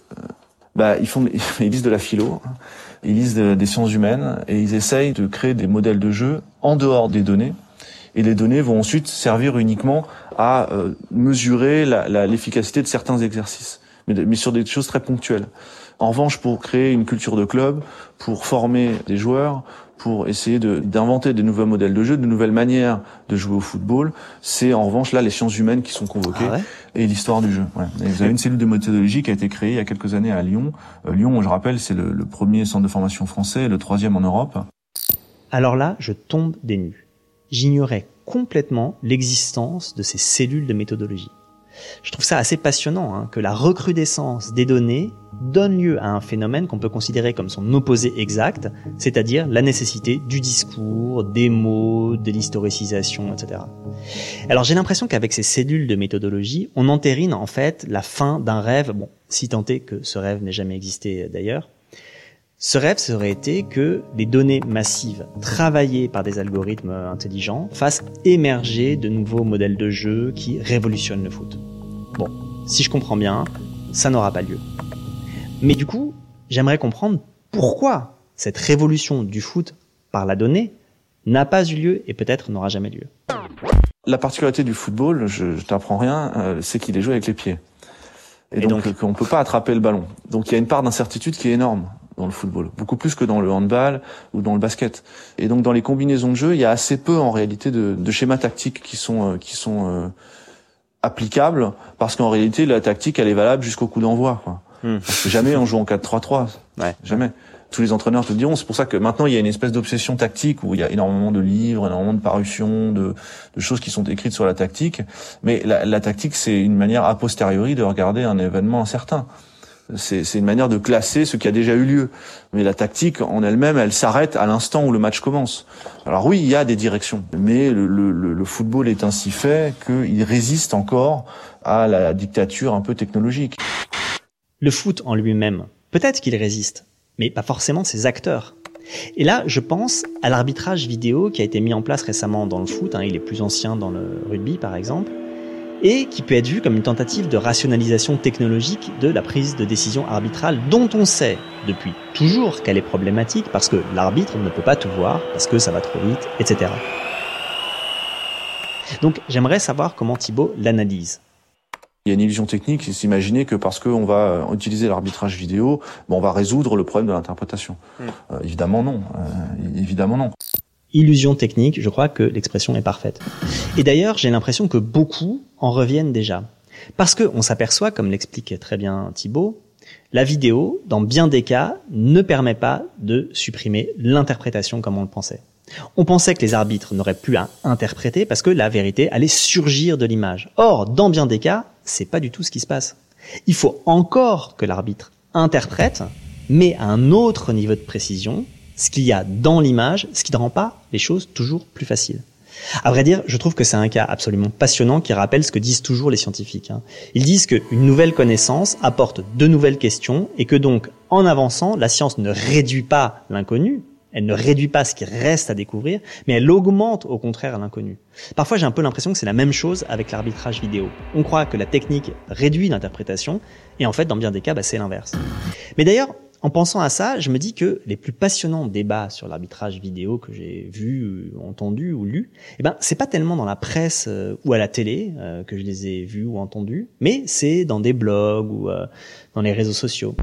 ils lisent de la philo, ils lisent des sciences humaines et ils essayent de créer des modèles de jeu en dehors des données. Et les données vont ensuite servir uniquement à mesurer l'efficacité de certains exercices, mais sur des choses très ponctuelles. En revanche, pour créer une culture de club, pour former des joueurs, pour essayer d'inventer des nouveaux modèles de jeu, de nouvelles manières de jouer au football, c'est en revanche là les sciences humaines qui sont convoquées et l'histoire du jeu. Ouais. Et vous avez une cellule de méthodologie qui a été créée il y a quelques années à Lyon. Lyon, je rappelle, c'est le premier centre de formation français, le 3e en Europe. Alors là, je tombe des nues. J'ignorais complètement l'existence de ces cellules de méthodologie. Je trouve ça assez passionnant que la recrudescence des données donne lieu à un phénomène qu'on peut considérer comme son opposé exact, c'est-à-dire la nécessité du discours, des mots, de l'historicisation, etc. Alors j'ai l'impression qu'avec ces cellules de méthodologie, on entérine en fait la fin d'un rêve, si tant est que ce rêve n'ait jamais existé d'ailleurs, Ce rêve, ça aurait été que les données massives, travaillées par des algorithmes intelligents, fassent émerger de nouveaux modèles de jeu qui révolutionnent le foot. Bon, si je comprends bien, ça n'aura pas lieu. Mais du coup, j'aimerais comprendre pourquoi cette révolution du foot par la donnée n'a pas eu lieu et peut-être n'aura jamais lieu. La particularité du football, je t'apprends rien, c'est qu'il est joué avec les pieds. Et donc qu'on peut pas attraper le ballon. Donc il y a une part d'incertitude qui est énorme dans le football, beaucoup plus que dans le handball ou dans le basket. Et donc dans les combinaisons de jeu, il y a assez peu en réalité de schémas tactiques qui sont applicables, parce qu'en réalité la tactique elle est valable jusqu'au coup d'envoi, quoi. Parce que jamais on joue en 4-3-3, jamais. Tous les entraîneurs te diront, c'est pour ça que maintenant il y a une espèce d'obsession tactique où il y a énormément de livres, énormément de parutions, de choses qui sont écrites sur la tactique. Mais la tactique, c'est une manière a posteriori de regarder un événement incertain. C'est une manière de classer ce qui a déjà eu lieu. Mais la tactique en elle-même, elle s'arrête à l'instant où le match commence. Alors oui, il y a des directions, mais le football est ainsi fait qu'il résiste encore à la dictature un peu technologique. Le foot en lui-même, peut-être qu'il résiste, mais pas forcément ses acteurs. Et là, je pense à l'arbitrage vidéo qui a été mis en place récemment dans le foot, il est plus ancien dans le rugby par exemple, et qui peut être vu comme une tentative de rationalisation technologique de la prise de décision arbitrale dont on sait depuis toujours qu'elle est problématique parce que l'arbitre ne peut pas tout voir, parce que ça va trop vite, etc. Donc j'aimerais savoir comment Thibaut l'analyse. Il y a une illusion technique, c'est s'imaginer que parce qu'on va utiliser l'arbitrage vidéo, on va résoudre le problème de l'interprétation. Évidemment non. Évidemment non. Illusion technique, je crois que l'expression est parfaite. Et d'ailleurs, j'ai l'impression que beaucoup en reviennent déjà. Parce qu'on s'aperçoit, comme l'explique très bien Thibaut, la vidéo, dans bien des cas, ne permet pas de supprimer l'interprétation comme on le pensait. On pensait que les arbitres n'auraient plus à interpréter parce que la vérité allait surgir de l'image. Or, dans bien des cas, c'est pas du tout ce qui se passe. Il faut encore que l'arbitre interprète, mais à un autre niveau de précision, ce qu'il y a dans l'image, ce qui ne rend pas les choses toujours plus faciles. À vrai dire, je trouve que c'est un cas absolument passionnant qui rappelle ce que disent toujours les scientifiques. Ils disent qu'une nouvelle connaissance apporte de nouvelles questions et que donc, en avançant, la science ne réduit pas l'inconnu, elle ne réduit pas ce qui reste à découvrir, mais elle augmente au contraire l'inconnu. Parfois, j'ai un peu l'impression que c'est la même chose avec l'arbitrage vidéo. On croit que la technique réduit l'interprétation, et en fait, dans bien des cas, c'est l'inverse. Mais d'ailleurs, en pensant à ça, je me dis que les plus passionnants débats sur l'arbitrage vidéo que j'ai vus, entendus ou lus, c'est pas tellement dans la presse ou à la télé que je les ai vus ou entendus, mais c'est dans des blogs ou dans les réseaux sociaux.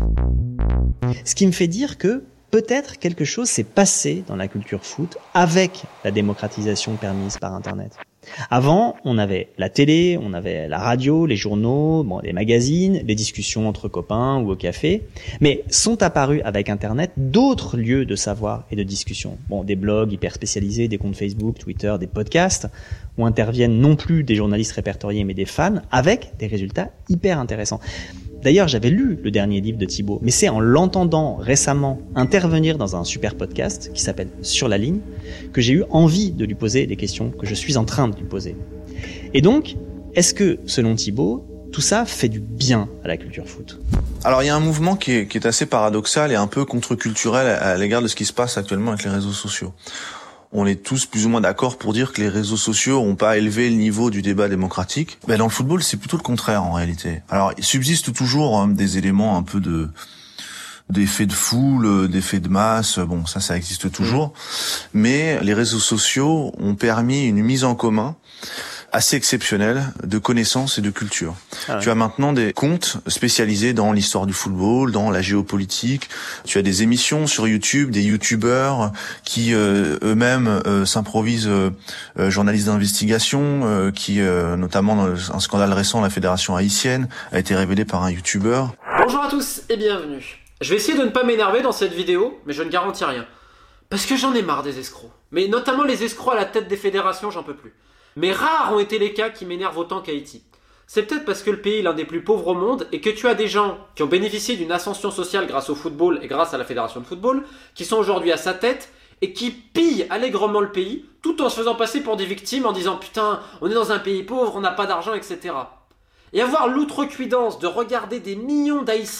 Ce qui me fait dire que peut-être quelque chose s'est passé dans la culture foot avec la démocratisation permise par Internet. Avant, on avait la télé, on avait la radio, les journaux, les magazines, les discussions entre copains ou au café, mais sont apparus avec Internet d'autres lieux de savoir et de discussion. Des blogs hyper spécialisés, des comptes Facebook, Twitter, des podcasts, où interviennent non plus des journalistes répertoriés mais des fans, avec des résultats hyper intéressants. D'ailleurs, j'avais lu le dernier livre de Thibaut, mais c'est en l'entendant récemment intervenir dans un super podcast qui s'appelle Sur la ligne que j'ai eu envie de lui poser les questions que je suis en train de lui poser. Et donc, est-ce que, selon Thibaut, tout ça fait du bien à la culture foot ? Alors, il y a un mouvement qui est assez paradoxal et un peu contre-culturel à l'égard de ce qui se passe actuellement avec les réseaux sociaux. On est tous plus ou moins d'accord pour dire que les réseaux sociaux n'ont pas élevé le niveau du débat démocratique. Dans le football, c'est plutôt le contraire en réalité. Alors, il subsiste toujours des éléments un peu d'effets de foule, d'effets de masse. Ça existe toujours. Mais les réseaux sociaux ont permis une mise en commun assez exceptionnelle de connaissances et de culture. Tu as maintenant des comptes spécialisés dans l'histoire du football, dans la géopolitique. Tu as des émissions sur YouTube, des youtubeurs qui eux-mêmes s'improvisent journalistes d'investigation, qui notamment dans un scandale récent, la fédération haïtienne, a été révélé par un youtubeur. Bonjour à tous et bienvenue. Je vais essayer de ne pas m'énerver dans cette vidéo, mais je ne garantis rien. Parce que j'en ai marre des escrocs. Mais notamment les escrocs à la tête des fédérations, j'en peux plus. Mais rares ont été les cas qui m'énervent autant qu'Haïti. C'est peut-être parce que le pays est l'un des plus pauvres au monde et que tu as des gens qui ont bénéficié d'une ascension sociale grâce au football et grâce à la fédération de football, qui sont aujourd'hui à sa tête et qui pillent allègrement le pays tout en se faisant passer pour des victimes en disant « Putain, on est dans un pays pauvre, on n'a pas d'argent, etc. » Et avoir l'outrecuidance de regarder des millions d'Haïtiens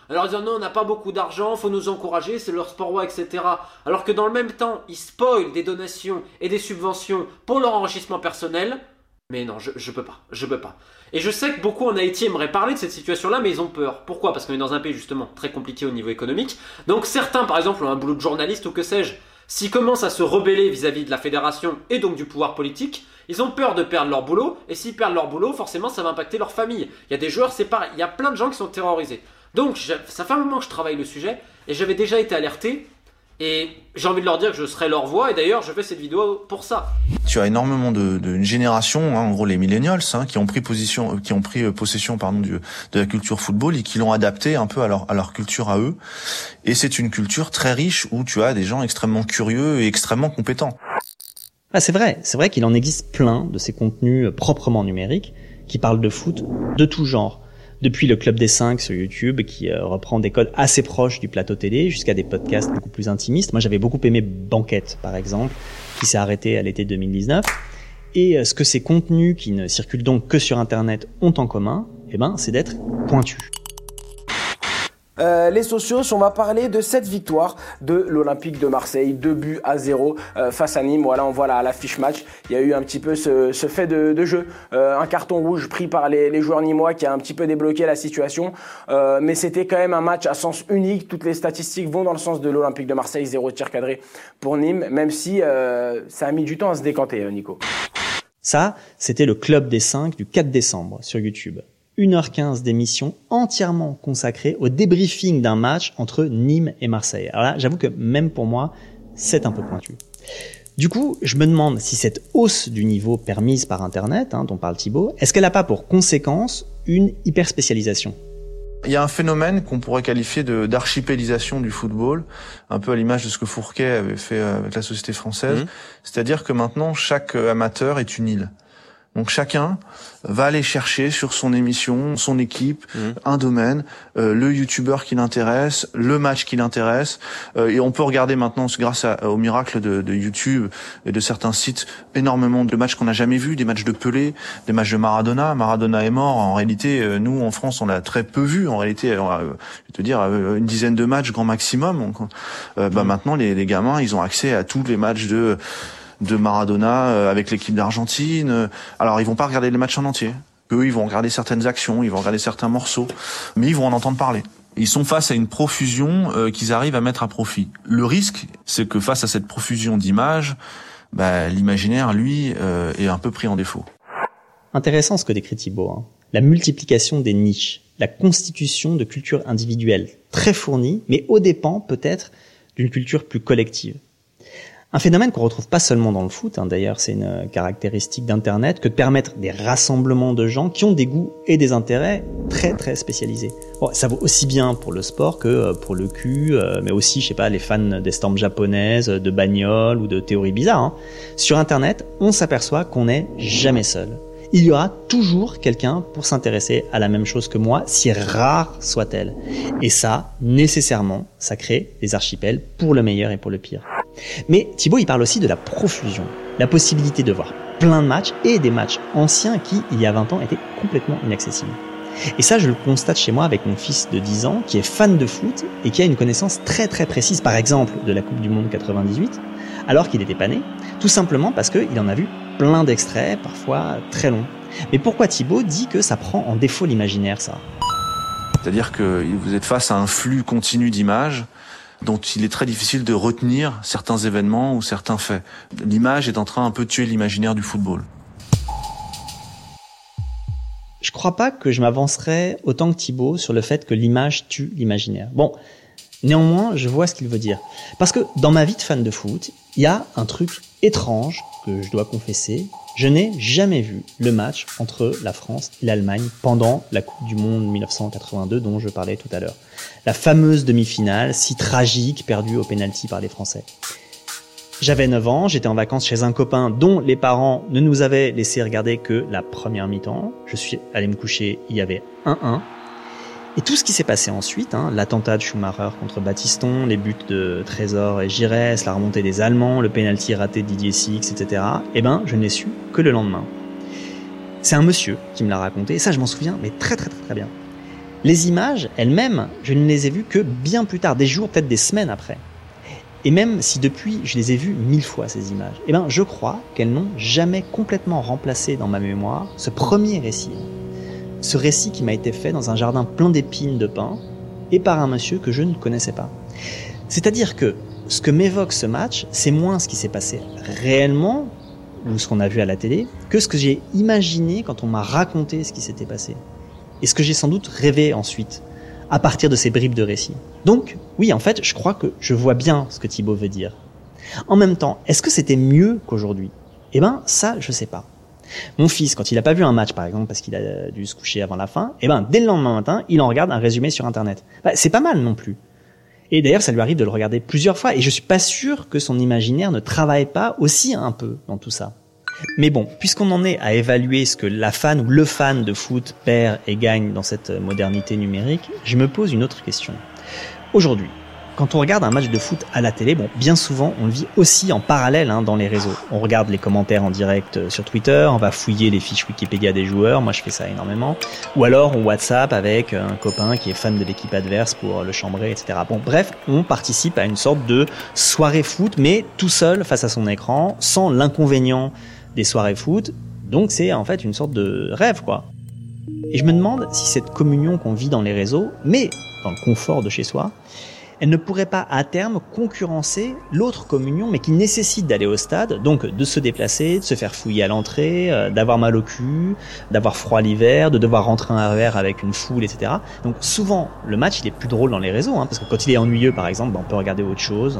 Alors ils disent non, on n'a pas beaucoup d'argent, faut nous encourager, c'est leur sport roi, etc. Alors que dans le même temps, ils spoilent des donations et des subventions pour leur enrichissement personnel. Mais non, je peux pas. Et je sais que beaucoup en Haïti aimeraient parler de cette situation-là, mais ils ont peur. Pourquoi ? Parce qu'on est dans un pays justement très compliqué au niveau économique. Donc certains, par exemple, ont un boulot de journaliste ou que sais-je. S'ils commencent à se rebeller vis-à-vis de la fédération et donc du pouvoir politique, ils ont peur de perdre leur boulot. Et s'ils perdent leur boulot, forcément, ça va impacter leur famille. Il y a des joueurs, c'est pareil. Il y a plein de gens qui sont terrorisés. Donc, ça fait un moment que je travaille le sujet et j'avais déjà été alerté. Et j'ai envie de leur dire que je serai leur voix, et d'ailleurs je fais cette vidéo pour ça. Tu as énormément d'une génération, en gros les millennials, qui ont pris possession, de la culture football et qui l'ont adapté un peu à leur culture à eux. Et c'est une culture très riche où tu as des gens extrêmement curieux et extrêmement compétents. Ah, c'est vrai qu'il en existe plein de ces contenus proprement numériques qui parlent de foot de tout genre. Depuis le Club des 5 sur YouTube qui reprend des codes assez proches du plateau télé jusqu'à des podcasts beaucoup plus intimistes. Moi j'avais beaucoup aimé Banquette par exemple, qui s'est arrêté à l'été 2019. Et ce que ces contenus qui ne circulent donc que sur Internet ont en commun, c'est d'être pointus. Les socios, on va parler de cette victoire de l'Olympique de Marseille, 2-0 face à Nîmes. Voilà, on voit à l'affiche match, il y a eu un petit peu ce fait de jeu, un carton rouge pris par les joueurs nîmois qui a un petit peu débloqué la situation, mais c'était quand même un match à sens unique. Toutes les statistiques vont dans le sens de l'Olympique de Marseille, 0 tir cadré pour Nîmes, même si ça a mis du temps à se décanter, Nico. Ça, c'était le Club des 5 du 4 décembre sur YouTube. 1h15 d'émission entièrement consacrée au débriefing d'un match entre Nîmes et Marseille. Alors là, j'avoue que même pour moi, c'est un peu pointu. Du coup, je me demande si cette hausse du niveau permise par Internet, dont parle Thibaut, est-ce qu'elle n'a pas pour conséquence une hyperspécialisation ? Il y a un phénomène qu'on pourrait qualifier d'archipélisation du football, un peu à l'image de ce que Fourquet avait fait avec la société française. C'est-à-dire que maintenant, chaque amateur est une île. Donc chacun va aller chercher sur son émission, son équipe, un domaine, le youtubeur qui l'intéresse, le match qui l'intéresse. Et on peut regarder maintenant, grâce au miracle de YouTube et de certains sites, énormément de matchs qu'on n'a jamais vus, des matchs de Pelé, des matchs de Maradona. Maradona est mort. En réalité, nous, en France, on l'a très peu vu. En réalité, je vais te dire, une dizaine de matchs, grand maximum. Donc, maintenant, les gamins, ils ont accès à tous les matchs de Maradona avec l'équipe d'Argentine. Alors ils vont pas regarder les matchs en entier. Eux, ils vont regarder certaines actions, ils vont regarder certains morceaux, mais ils vont en entendre parler. Ils sont face à une profusion qu'ils arrivent à mettre à profit. Le risque, c'est que face à cette profusion d'images, l'imaginaire, lui, est un peu pris en défaut. Intéressant ce que décrit Thibaut. La multiplication des niches, la constitution de cultures individuelles très fournies, mais aux dépens peut-être d'une culture plus collective. Un phénomène qu'on retrouve pas seulement dans le foot, d'ailleurs c'est une caractéristique d'Internet, que de permettre des rassemblements de gens qui ont des goûts et des intérêts très très spécialisés. Bon, ça vaut aussi bien pour le sport que pour le cul, mais aussi, je sais pas, les fans d'estampes japonaises, de bagnoles ou de théories bizarres. Sur Internet, on s'aperçoit qu'on n'est jamais seul. Il y aura toujours quelqu'un pour s'intéresser à la même chose que moi, si rare soit-elle. Et ça, nécessairement, ça crée des archipels pour le meilleur et pour le pire. Mais Thibaut, il parle aussi de la profusion, la possibilité de voir plein de matchs et des matchs anciens qui, il y a 20 ans, étaient complètement inaccessibles. Et ça, je le constate chez moi avec mon fils de 10 ans qui est fan de foot et qui a une connaissance très très précise, par exemple, de la Coupe du Monde 98, alors qu'il n'était pas né, tout simplement parce qu'il en a vu plein d'extraits, parfois très longs. Mais pourquoi Thibaut dit que ça prend en défaut l'imaginaire, ça ? C'est-à-dire que vous êtes face à un flux continu d'images dont il est très difficile de retenir certains événements ou certains faits. L'image est en train un peu de tuer l'imaginaire du football. Je crois pas que je m'avancerais autant que Thibaut sur le fait que l'image tue l'imaginaire. Bon, néanmoins, je vois ce qu'il veut dire. Parce que dans ma vie de fan de foot, il y a un truc étrange que je dois confesser. Je n'ai jamais vu le match entre la France et l'Allemagne pendant la Coupe du Monde 1982 dont je parlais tout à l'heure. La fameuse demi-finale, si tragique, perdue au pénalty par les Français. J'avais 9 ans, j'étais en vacances chez un copain dont les parents ne nous avaient laissé regarder que la première mi-temps. Je suis allé me coucher, il y avait 1-1. Et tout ce qui s'est passé ensuite, l'attentat de Schumacher contre Battiston, les buts de Trésor et Giresse, la remontée des Allemands, le pénalty raté de Didier Six, etc., je n'ai su que le lendemain. C'est un monsieur qui me l'a raconté, et ça je m'en souviens, mais très très très très bien. Les images elles-mêmes, je ne les ai vues que bien plus tard, des jours, peut-être des semaines après. Et même si depuis, je les ai vues 1000 fois, ces images, je crois qu'elles n'ont jamais complètement remplacé dans ma mémoire ce premier récit. Ce récit qui m'a été fait dans un jardin plein d'épines de pin et par un monsieur que je ne connaissais pas. C'est-à-dire que ce que m'évoque ce match, c'est moins ce qui s'est passé réellement, ou ce qu'on a vu à la télé, que ce que j'ai imaginé quand on m'a raconté ce qui s'était passé. Et ce que j'ai sans doute rêvé ensuite, à partir de ces bribes de récits. Donc, oui, en fait, je crois que je vois bien ce que Thibaut veut dire. En même temps, est-ce que c'était mieux qu'aujourd'hui ? Ça, je sais pas. Mon fils, quand il a pas vu un match, par exemple, parce qu'il a dû se coucher avant la fin, dès le lendemain matin, il en regarde un résumé sur Internet. C'est pas mal non plus. Et d'ailleurs, ça lui arrive de le regarder plusieurs fois, et je suis pas sûr que son imaginaire ne travaille pas aussi un peu dans tout ça. Mais bon, puisqu'on en est à évaluer ce que la fan ou le fan de foot perd et gagne dans cette modernité numérique, je me pose une autre question. Aujourd'hui, quand on regarde un match de foot à la télé, bien souvent, on le vit aussi en parallèle dans les réseaux. On regarde les commentaires en direct sur Twitter, on va fouiller les fiches Wikipédia des joueurs, moi je fais ça énormément. Ou alors on WhatsApp avec un copain qui est fan de l'équipe adverse pour le chambrer, etc. Bref, on participe à une sorte de soirée foot, mais tout seul face à son écran, sans l'inconvénient des soirées foot. Donc c'est en fait une sorte de rêve, quoi. Et je me demande si cette communion qu'on vit dans les réseaux, mais dans le confort de chez soi, elle ne pourrait pas à terme concurrencer l'autre communion, mais qui nécessite d'aller au stade, donc de se déplacer, de se faire fouiller à l'entrée, d'avoir mal au cul, d'avoir froid l'hiver, de devoir rentrer un RER avec une foule, etc. Donc souvent, le match il est plus drôle dans les réseaux, parce que quand il est ennuyeux par exemple, on peut regarder autre chose.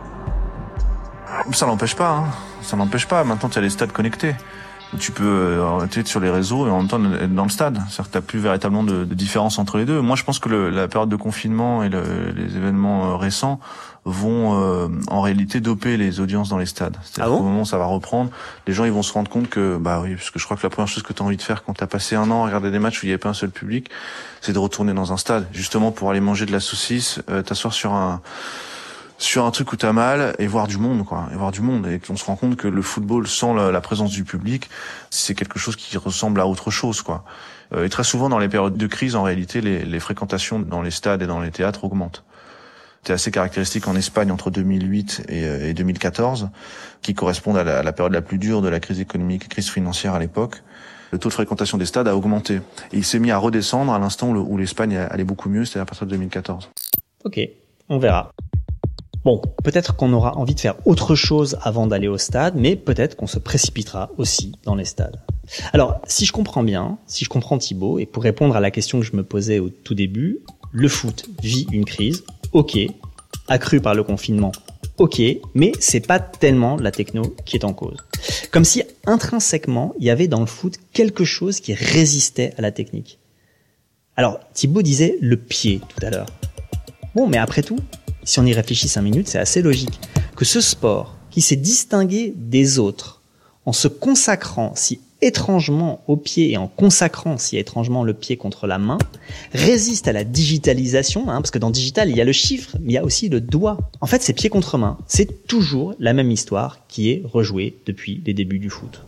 Ça n'empêche pas, ça n'empêche pas. Maintenant, tu as les stades connectés. Tu peux être sur les réseaux et en même temps être dans le stade. C'est-à-dire que tu n'as plus véritablement de différence entre les deux. Moi, je pense que la période de confinement et les événements récents vont en réalité doper les audiences dans les stades. C'est-à-dire qu'au moment où ça va reprendre, les gens ils vont se rendre compte que, oui, parce que je crois que la première chose que tu as envie de faire quand tu as passé un an à regarder des matchs où il n'y avait pas un seul public, c'est de retourner dans un stade, justement pour aller manger de la saucisse, t'asseoir sur un truc où t'as mal et voir du monde, et qu'on se rend compte que le football sans la présence du public, c'est quelque chose qui ressemble à autre chose, Et très souvent dans les périodes de crise, en réalité, les fréquentations dans les stades et dans les théâtres augmentent. C'est assez caractéristique en Espagne entre 2008 et 2014, qui correspondent à la période la plus dure de la crise économique, crise financière à l'époque. Le taux de fréquentation des stades a augmenté. Et il s'est mis à redescendre à l'instant où l'Espagne allait beaucoup mieux, c'est-à-dire à partir de 2014. Ok, on verra. Bon, peut-être qu'on aura envie de faire autre chose avant d'aller au stade, mais peut-être qu'on se précipitera aussi dans les stades. Alors, si je comprends Thibaut, et pour répondre à la question que je me posais au tout début, le foot vit une crise, ok, accrue par le confinement, ok, mais c'est pas tellement la techno qui est en cause. Comme si intrinsèquement, il y avait dans le foot quelque chose qui résistait à la technique. Alors, Thibaut disait le pied tout à l'heure. Bon, mais après tout, si on y réfléchit 5 minutes, c'est assez logique que ce sport qui s'est distingué des autres en se consacrant si étrangement au pied et en consacrant si étrangement le pied contre la main, résiste à la digitalisation, parce que dans digital, il y a le chiffre, mais il y a aussi le doigt. En fait, c'est pied contre main. C'est toujours la même histoire qui est rejouée depuis les débuts du foot.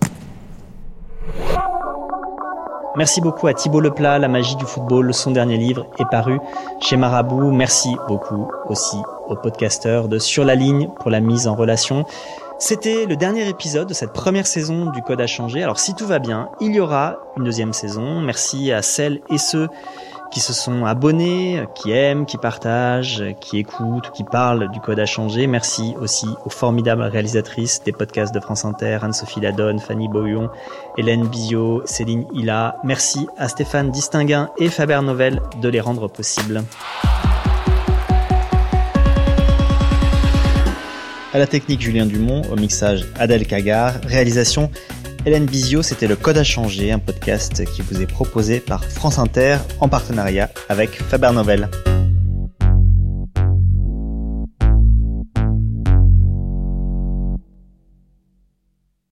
Merci beaucoup à Thibaut Leplat, La magie du football. Son dernier livre est paru chez Marabout. Merci beaucoup aussi aux podcasteurs de Sur la ligne pour la mise en relation. C'était le dernier épisode de cette première saison du Code à changer. Alors si tout va bien, il y aura une deuxième saison. Merci à celles et ceux qui se sont abonnés, qui aiment, qui partagent, qui écoutent, qui parlent du Code à changer. Merci aussi aux formidables réalisatrices des podcasts de France Inter, Anne-Sophie Ladonne, Fanny Boyon, Hélène Bizio, Céline Hilla. Merci à Stéphane Distinguin et Faber Novel de les rendre possibles. À la technique, Julien Dumont, au mixage, Adèle Kagar, réalisation, Hélène Bizio. C'était le Code à changer, un podcast qui vous est proposé par France Inter en partenariat avec Faber Novel.